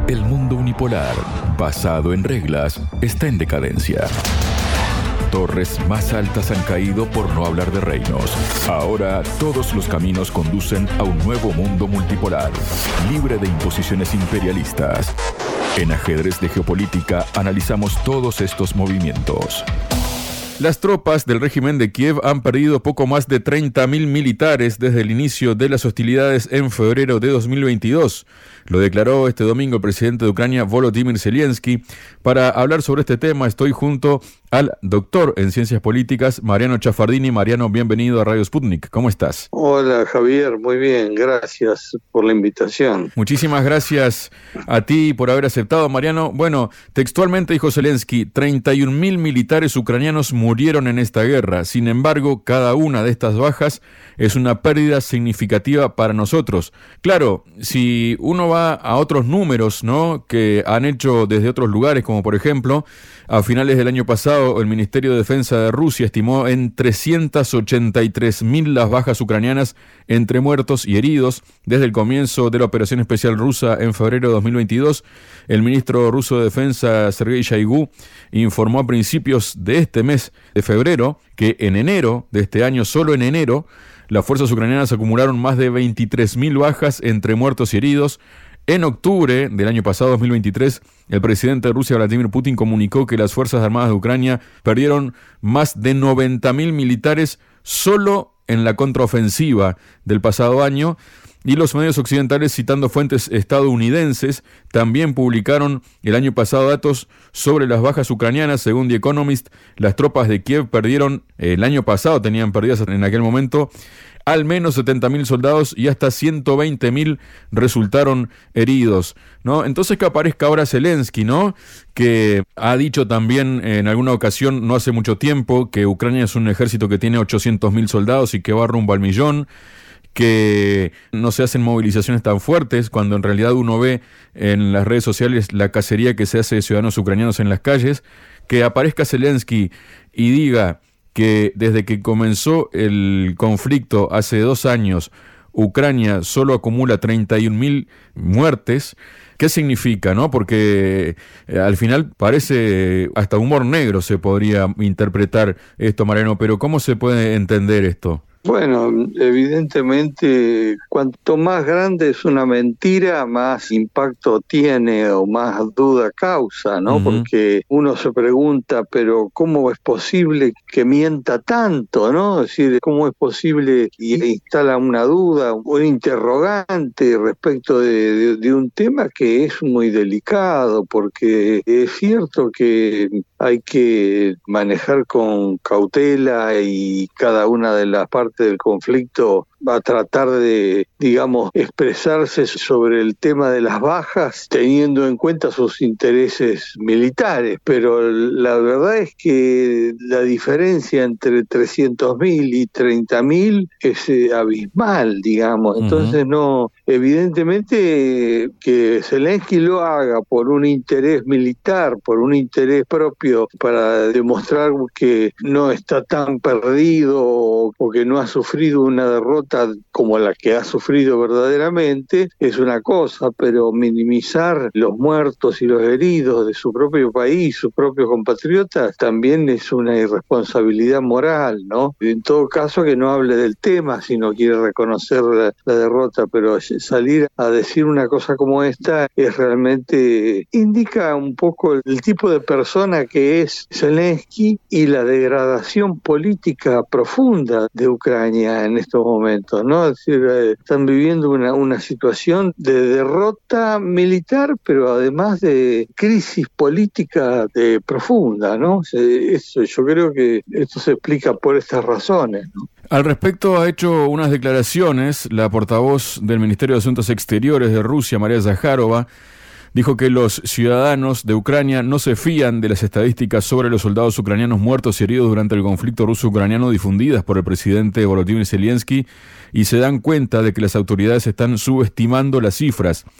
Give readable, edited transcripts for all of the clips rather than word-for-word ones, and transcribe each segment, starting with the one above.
El mundo unipolar, basado en reglas, está en decadencia. Torres más altas han caído por no hablar de reinos. Ahora todos los caminos conducen a un nuevo mundo multipolar, libre de imposiciones imperialistas. En Ajedrez de Geopolítica analizamos todos estos movimientos. Las tropas del régimen de Kiev han perdido poco más de 30.000 militares desde el inicio de las hostilidades en febrero de 2022. Lo declaró este domingo el presidente de Ucrania, Volodymyr Zelensky. Para hablar sobre este tema estoy junto al doctor en Ciencias Políticas, Mariano Chaffardini. Mariano, bienvenido a Radio Sputnik. ¿Cómo estás? Hola, Javier. Muy bien. Gracias por la invitación. Muchísimas gracias a ti por haber aceptado, Mariano. Bueno, textualmente dijo Zelensky, 31.000 militares ucranianos murieron en esta guerra. Sin embargo, cada una de estas bajas es una pérdida significativa para nosotros. Claro, si uno va a otros números, ¿no?, que han hecho desde otros lugares, como por ejemplo, a finales del año pasado, el Ministerio de Defensa de Rusia estimó en 383.000 las bajas ucranianas entre muertos y heridos desde el comienzo de la operación especial rusa en febrero de 2022. El ministro ruso de Defensa, Sergei Shoigu, informó a principios de este mes de febrero que en enero de este año, solo en enero, las fuerzas ucranianas acumularon más de 23.000 bajas entre muertos y heridos. En octubre del año pasado, 2023, el presidente de Rusia, Vladimir Putin, comunicó que las Fuerzas Armadas de Ucrania perdieron más de 90.000 militares solo en la contraofensiva del pasado año. Y los medios occidentales, citando fuentes estadounidenses, también publicaron el año pasado datos sobre las bajas ucranianas. Según The Economist, las tropas de Kiev perdieron, el año pasado tenían perdidas en aquel momento, al menos 70.000 soldados y hasta 120.000 resultaron heridos, ¿no? Entonces que aparezca ahora Zelensky, ¿no?, que ha dicho también en alguna ocasión, no hace mucho tiempo, que Ucrania es un ejército que tiene 800.000 soldados y que va rumbo al 1.000.000, que no se hacen movilizaciones tan fuertes, cuando en realidad uno ve en las redes sociales la cacería que se hace de ciudadanos ucranianos en las calles. Que aparezca Zelensky y diga que desde que comenzó el conflicto hace 2 años, Ucrania solo acumula 31.000 muertes. ¿Qué significa, no? Porque al final parece hasta humor negro se podría interpretar esto, Mariano, pero ¿cómo se puede entender esto? Bueno, evidentemente, cuanto más grande es una mentira, más impacto tiene o más duda causa, ¿no? Uh-huh. Porque uno se pregunta, pero ¿cómo es posible que mienta tanto, no? Es decir, ¿cómo es posible y instala una duda, un interrogante respecto de un tema que es muy delicado? Porque es cierto que hay que manejar con cautela y cada una de las partes del conflicto va a tratar de, digamos, expresarse sobre el tema de las bajas teniendo en cuenta sus intereses militares, pero la verdad es que la diferencia entre 300.000 y 30.000 es abismal, digamos. Entonces no, evidentemente que Zelensky lo haga por un interés militar, por un interés propio, para demostrar que no está tan perdido o que no ha sufrido una derrota como la que ha sufrido verdaderamente, es una cosa, pero minimizar los muertos y los heridos de su propio país, sus propios compatriotas, también es una irresponsabilidad moral, ¿no? En todo caso, que no hable del tema si no quiere reconocer la derrota, pero salir a decir una cosa como esta es realmente, indica un poco el tipo de persona que es Zelensky y la degradación política profunda de Ucrania en estos momentos, ¿no? Es decir, están viviendo una situación de derrota militar, pero además de crisis política profunda, ¿no? Eso, yo creo que esto se explica por estas razones, ¿no? Al respecto ha hecho unas declaraciones la portavoz del Ministerio de Asuntos Exteriores de Rusia, María Zakharova. Dijo que los ciudadanos de Ucrania no se fían de las estadísticas sobre los soldados ucranianos muertos y heridos durante el conflicto ruso-ucraniano difundidas por el presidente Volodymyr Zelensky y se dan cuenta de que las autoridades están subestimando las cifras.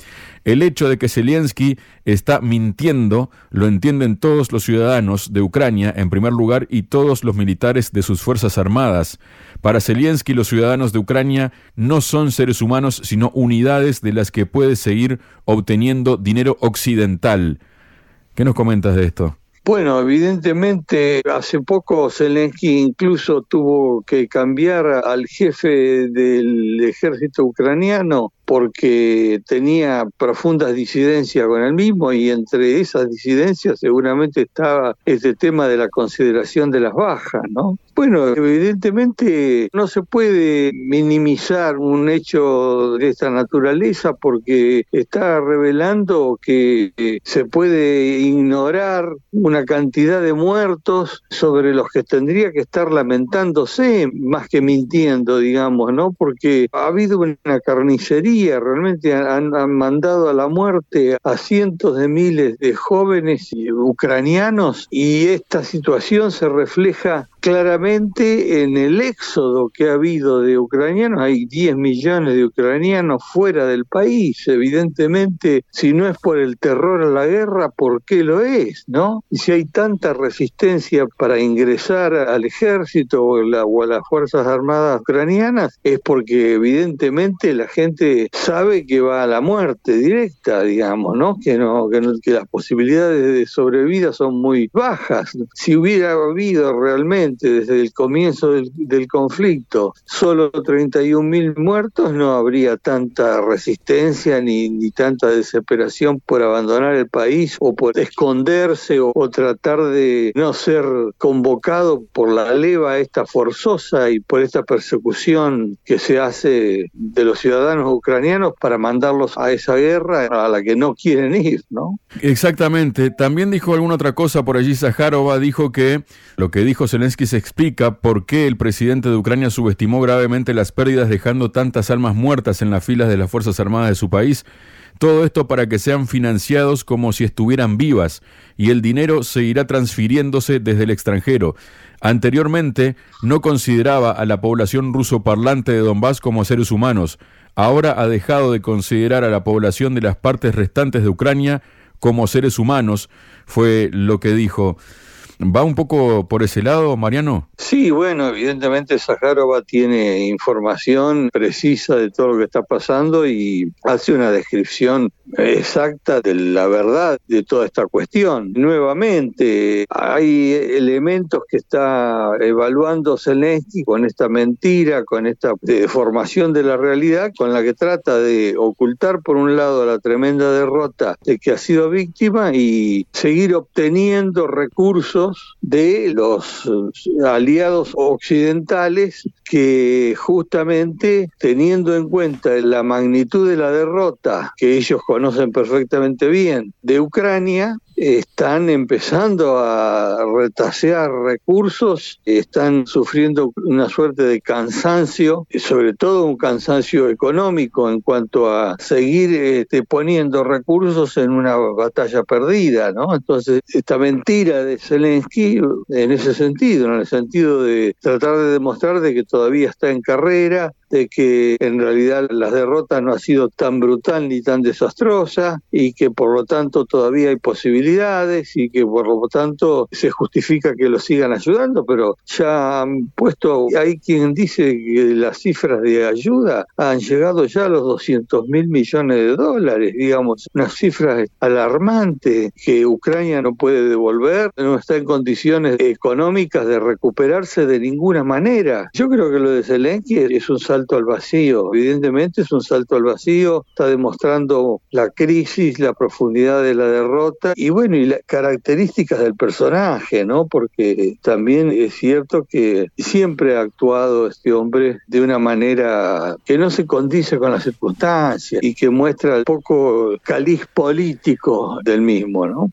El hecho de que Zelensky está mintiendo lo entienden todos los ciudadanos de Ucrania, en primer lugar, y todos los militares de sus fuerzas armadas. Para Zelensky, los ciudadanos de Ucrania no son seres humanos, sino unidades de las que puede seguir obteniendo dinero occidental. ¿Qué nos comentas de esto? Bueno, evidentemente hace poco Zelensky incluso tuvo que cambiar al jefe del ejército ucraniano porque tenía profundas disidencias con él mismo, y entre esas disidencias seguramente estaba este tema de la consideración de las bajas, ¿no? Bueno, evidentemente no se puede minimizar un hecho de esta naturaleza porque está revelando que se puede ignorar una cantidad de muertos sobre los que tendría que estar lamentándose más que mintiendo, digamos, ¿no? Porque ha habido una carnicería. Realmente han mandado a la muerte a cientos de miles de jóvenes ucranianos, y esta situación se refleja claramente en el éxodo que ha habido de ucranianos. Hay 10 millones de ucranianos fuera del país. Evidentemente, si no es por el terror a la guerra, ¿por qué lo es, no? Y si hay tanta resistencia para ingresar al ejército o a las fuerzas armadas ucranianas, es porque evidentemente la gente sabe que va a la muerte directa, digamos, ¿no? Que las posibilidades de sobrevida son muy bajas. Si hubiera habido realmente desde el comienzo del conflicto solo 31.000 muertos, no habría tanta resistencia ni tanta desesperación por abandonar el país o por esconderse o tratar de no ser convocado por la leva esta forzosa y por esta persecución que se hace de los ciudadanos ucranianos para mandarlos a esa guerra a la que no quieren ir, ¿no? Exactamente. También dijo alguna otra cosa por allí Zaharova, dijo que lo que dijo Zelensky se explica por qué el presidente de Ucrania subestimó gravemente las pérdidas dejando tantas almas muertas en las filas de las Fuerzas Armadas de su país. Todo esto para que sean financiados como si estuvieran vivas, y el dinero seguirá transfiriéndose desde el extranjero. Anteriormente no consideraba a la población rusoparlante de Donbass como seres humanos. Ahora ha dejado de considerar a la población de las partes restantes de Ucrania como seres humanos, fue lo que dijo. ¿Va un poco por ese lado, Mariano? Sí, bueno, evidentemente Zaharova tiene información precisa de todo lo que está pasando y hace una descripción exacta de la verdad de toda esta cuestión. Nuevamente, hay elementos que está evaluando Zelensky con esta mentira, con esta deformación de la realidad, con la que trata de ocultar por un lado la tremenda derrota de que ha sido víctima y seguir obteniendo recursos de los aliados occidentales que, justamente teniendo en cuenta la magnitud de la derrota que ellos conocen perfectamente bien de Ucrania, están empezando a retasear recursos, están sufriendo una suerte de cansancio, sobre todo un cansancio económico en cuanto a seguir poniendo recursos en una batalla perdida, ¿no? Entonces, esta mentira de Zelensky, en ese sentido, en el sentido de tratar de demostrar de que todavía está en carrera, de que en realidad la derrota no ha sido tan brutal ni tan desastrosa y que por lo tanto todavía hay posibilidades y que por lo tanto se justifica que lo sigan ayudando, pero ya han puesto, hay quien dice que las cifras de ayuda han llegado ya a los 200.000 millones de dólares, digamos, unas cifras alarmantes que Ucrania no puede devolver, no está en condiciones económicas de recuperarse de ninguna manera. Yo creo que lo de Zelensky es un salto al vacío, evidentemente es un salto al vacío, está demostrando la crisis, la profundidad de la derrota y bueno, y las características del personaje, ¿no? Porque también es cierto que siempre ha actuado este hombre de una manera que no se condice con las circunstancias y que muestra un poco caliz político del mismo, ¿no?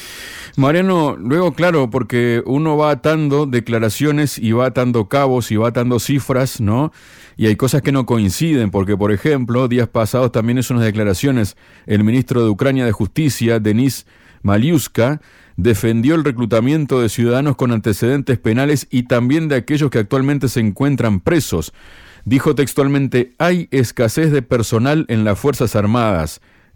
Mariano, luego claro, porque uno va atando declaraciones y va atando cabos y va atando cifras, ¿no? Y hay cosas que no coinciden, porque por ejemplo, días pasados también hizo unas declaraciones el ministro de Ucrania de Justicia, Denis Maliuska, defendió el reclutamiento de ciudadanos con antecedentes penales y también de aquellos que actualmente se encuentran presos. Dijo textualmente, hay escasez de personal en las Fuerzas Armadas.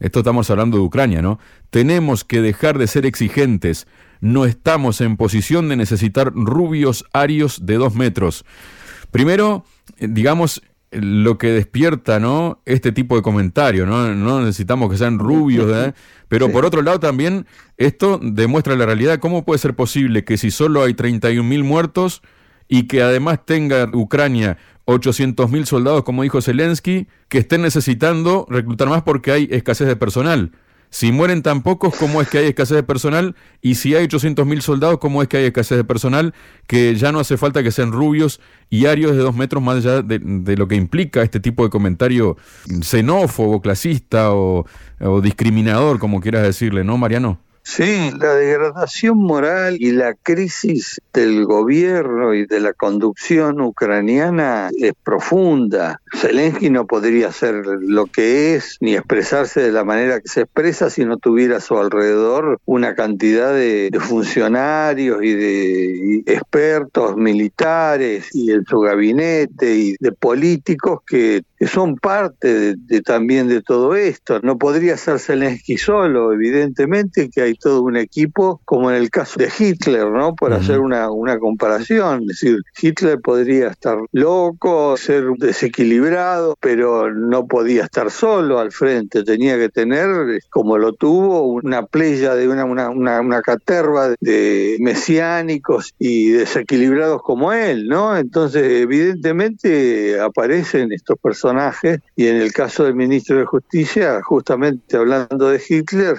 esto estamos hablando de Ucrania, ¿no? Tenemos que dejar de ser exigentes. No estamos en posición de necesitar rubios arios de 2 metros. Primero, digamos, lo que despierta, ¿no?, este tipo de comentario, ¿no? No necesitamos que sean rubios, ¿verdad? Pero por otro lado también esto demuestra la realidad. ¿Cómo puede ser posible que si solo hay 31.000 muertos y que además tenga Ucrania 800.000 soldados, como dijo Zelensky, que estén necesitando reclutar más porque hay escasez de personal? Si mueren tan pocos, ¿cómo es que hay escasez de personal? Y si hay 800.000 soldados, ¿cómo es que hay escasez de personal? Que ya no hace falta que sean rubios y arios de 2 metros, más allá de lo que implica este tipo de comentario xenófobo, clasista o discriminador, como quieras decirle, ¿no, Mariano? Sí, la degradación moral y la crisis del gobierno y de la conducción ucraniana es profunda. Zelensky no podría ser lo que es, ni expresarse de la manera que se expresa si no tuviera a su alrededor una cantidad de funcionarios y de expertos militares y en su gabinete y de políticos que son parte también de todo esto. No podría ser Zelensky solo, evidentemente que hay todo un equipo, como en el caso de Hitler, ¿no? Por hacer una comparación. Es decir, Hitler podría estar loco, ser desequilibrado, pero no podía estar solo al frente. Tenía que tener, como lo tuvo, una playa de una caterva de mesiánicos y desequilibrados como él, ¿no? Entonces, evidentemente aparecen estos personajes, y en el caso del ministro de Justicia, justamente hablando de Hitler,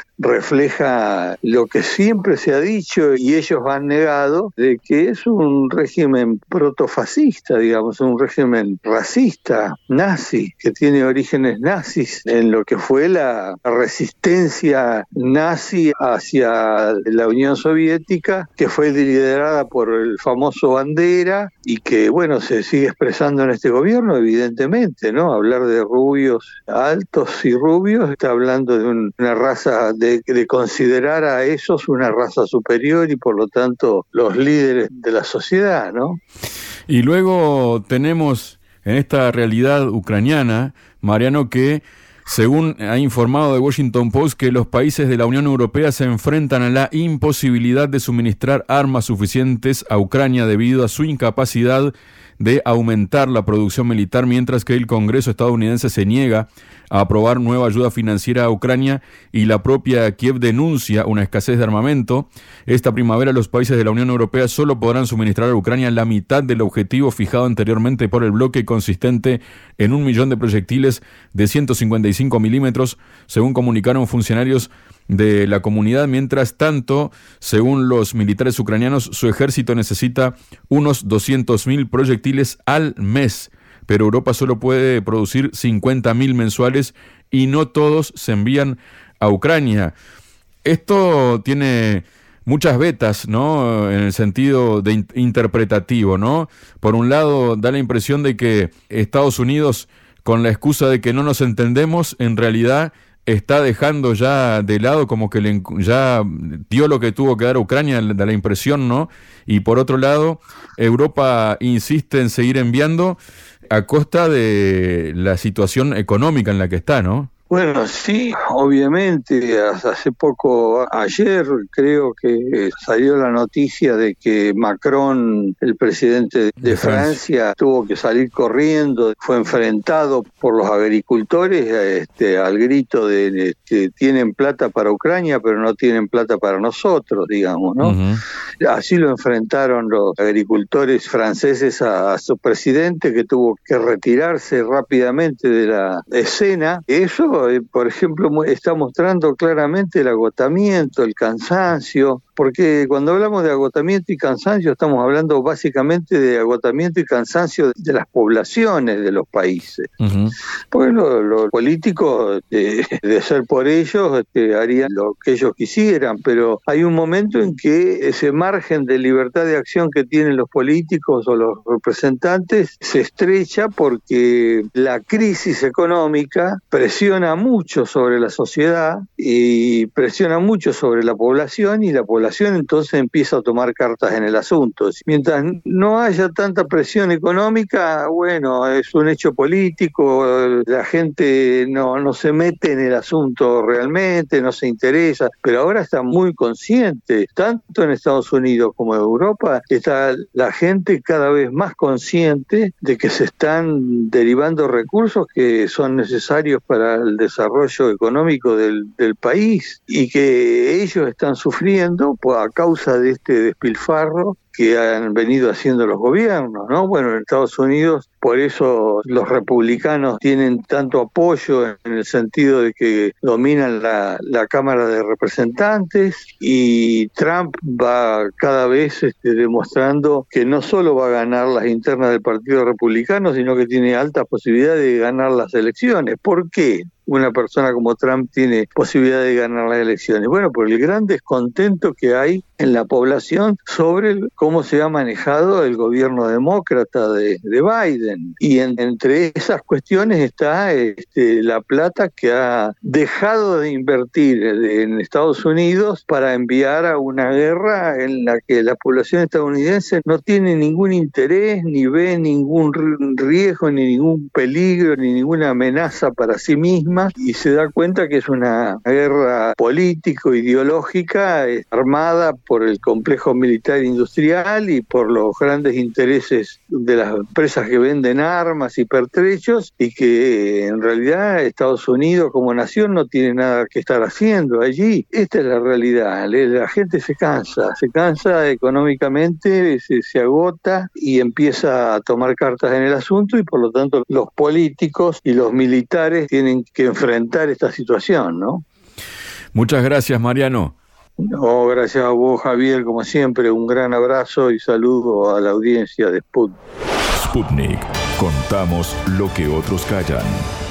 refleja lo que siempre se ha dicho y ellos han negado, de que es un régimen protofascista, digamos, un régimen racista, nazi, que tiene orígenes nazis en lo que fue la resistencia nazi hacia la Unión Soviética, que fue liderada por el famoso Bandera y que, bueno, se sigue expresando en este gobierno, evidentemente, ¿no? Hablar de rubios altos y rubios, está hablando de una raza, de considerar a esos una raza superior y por lo tanto los líderes de la sociedad, ¿no? Y luego tenemos en esta realidad ucraniana, Mariano, que según ha informado The Washington Post, que los países de la Unión Europea se enfrentan a la imposibilidad de suministrar armas suficientes a Ucrania debido a su incapacidad de aumentar la producción militar, mientras que el Congreso estadounidense se niega a aprobar nueva ayuda financiera a Ucrania y la propia Kiev denuncia una escasez de armamento. Esta primavera los países de la Unión Europea solo podrán suministrar a Ucrania la mitad del objetivo fijado anteriormente por el bloque, consistente en 1 millón de proyectiles de 155 milímetros, según comunicaron funcionarios de la comunidad. Mientras tanto, según los militares ucranianos, su ejército necesita unos 200.000 proyectiles al mes, pero Europa solo puede producir 50.000 mensuales y no todos se envían a Ucrania. Esto tiene muchas vetas, ¿no?, en el sentido de interpretativo, ¿no? Por un lado, da la impresión de que Estados Unidos, con la excusa de que no nos entendemos, en realidad está dejando ya de lado, como que ya dio lo que tuvo que dar a Ucrania, da la impresión, ¿no? Y por otro lado, Europa insiste en seguir enviando a costa de la situación económica en la que está, ¿no? Bueno, sí, obviamente, hace poco, ayer creo que salió la noticia de que Macron, el presidente de Francia, tuvo que salir corriendo, fue enfrentado por los agricultores al grito de que tienen plata para Ucrania, pero no tienen plata para nosotros, digamos, ¿no? Uh-huh. Así lo enfrentaron los agricultores franceses a su presidente, que tuvo que retirarse rápidamente de la escena. Eso, por ejemplo, está mostrando claramente el agotamiento, el cansancio, porque cuando hablamos de agotamiento y cansancio estamos hablando básicamente de agotamiento y cansancio de las poblaciones de los países. Uh-huh. Porque los políticos, de ser por ellos, harían lo que ellos quisieran, pero hay un momento en que ese margen de libertad de acción que tienen los políticos o los representantes se estrecha, porque la crisis económica presiona mucho sobre la sociedad y presiona mucho sobre la población, y la población población entonces empieza a tomar cartas en el asunto. Mientras no haya tanta presión económica, bueno, es un hecho político, la gente no se mete en el asunto realmente, no se interesa, pero ahora está muy consciente, tanto en Estados Unidos como en Europa, está la gente cada vez más consciente de que se están derivando recursos que son necesarios para el desarrollo económico del país y que ellos están sufriendo a causa de este despilfarro que han venido haciendo los gobiernos, ¿no? Bueno, en Estados Unidos, por eso los republicanos tienen tanto apoyo en el sentido de que dominan la Cámara de Representantes, y Trump va cada vez demostrando que no solo va a ganar las internas del Partido Republicano, sino que tiene altas posibilidades de ganar las elecciones. ¿Por qué una persona como Trump tiene posibilidad de ganar las elecciones? Bueno, por el gran descontento que hay en la población sobre cómo se ha manejado el gobierno demócrata de Biden. Y entre esas cuestiones está la plata que ha dejado de invertir en Estados Unidos para enviar a una guerra en la que la población estadounidense no tiene ningún interés, ni ve ningún riesgo, ni ningún peligro, ni ninguna amenaza para sí misma, y se da cuenta que es una guerra político-ideológica armada por el complejo militar industrial y por los grandes intereses de las empresas que venden armas y pertrechos, y que en realidad Estados Unidos como nación no tiene nada que estar haciendo allí. Esta es la realidad. La gente se cansa económicamente, se agota y empieza a tomar cartas en el asunto, y por lo tanto los políticos y los militares tienen que enfrentar esta situación, ¿no? Muchas gracias, Mariano. No, gracias a vos, Javier, como siempre, un gran abrazo y saludo a la audiencia de Sputnik. Sputnik, contamos lo que otros callan.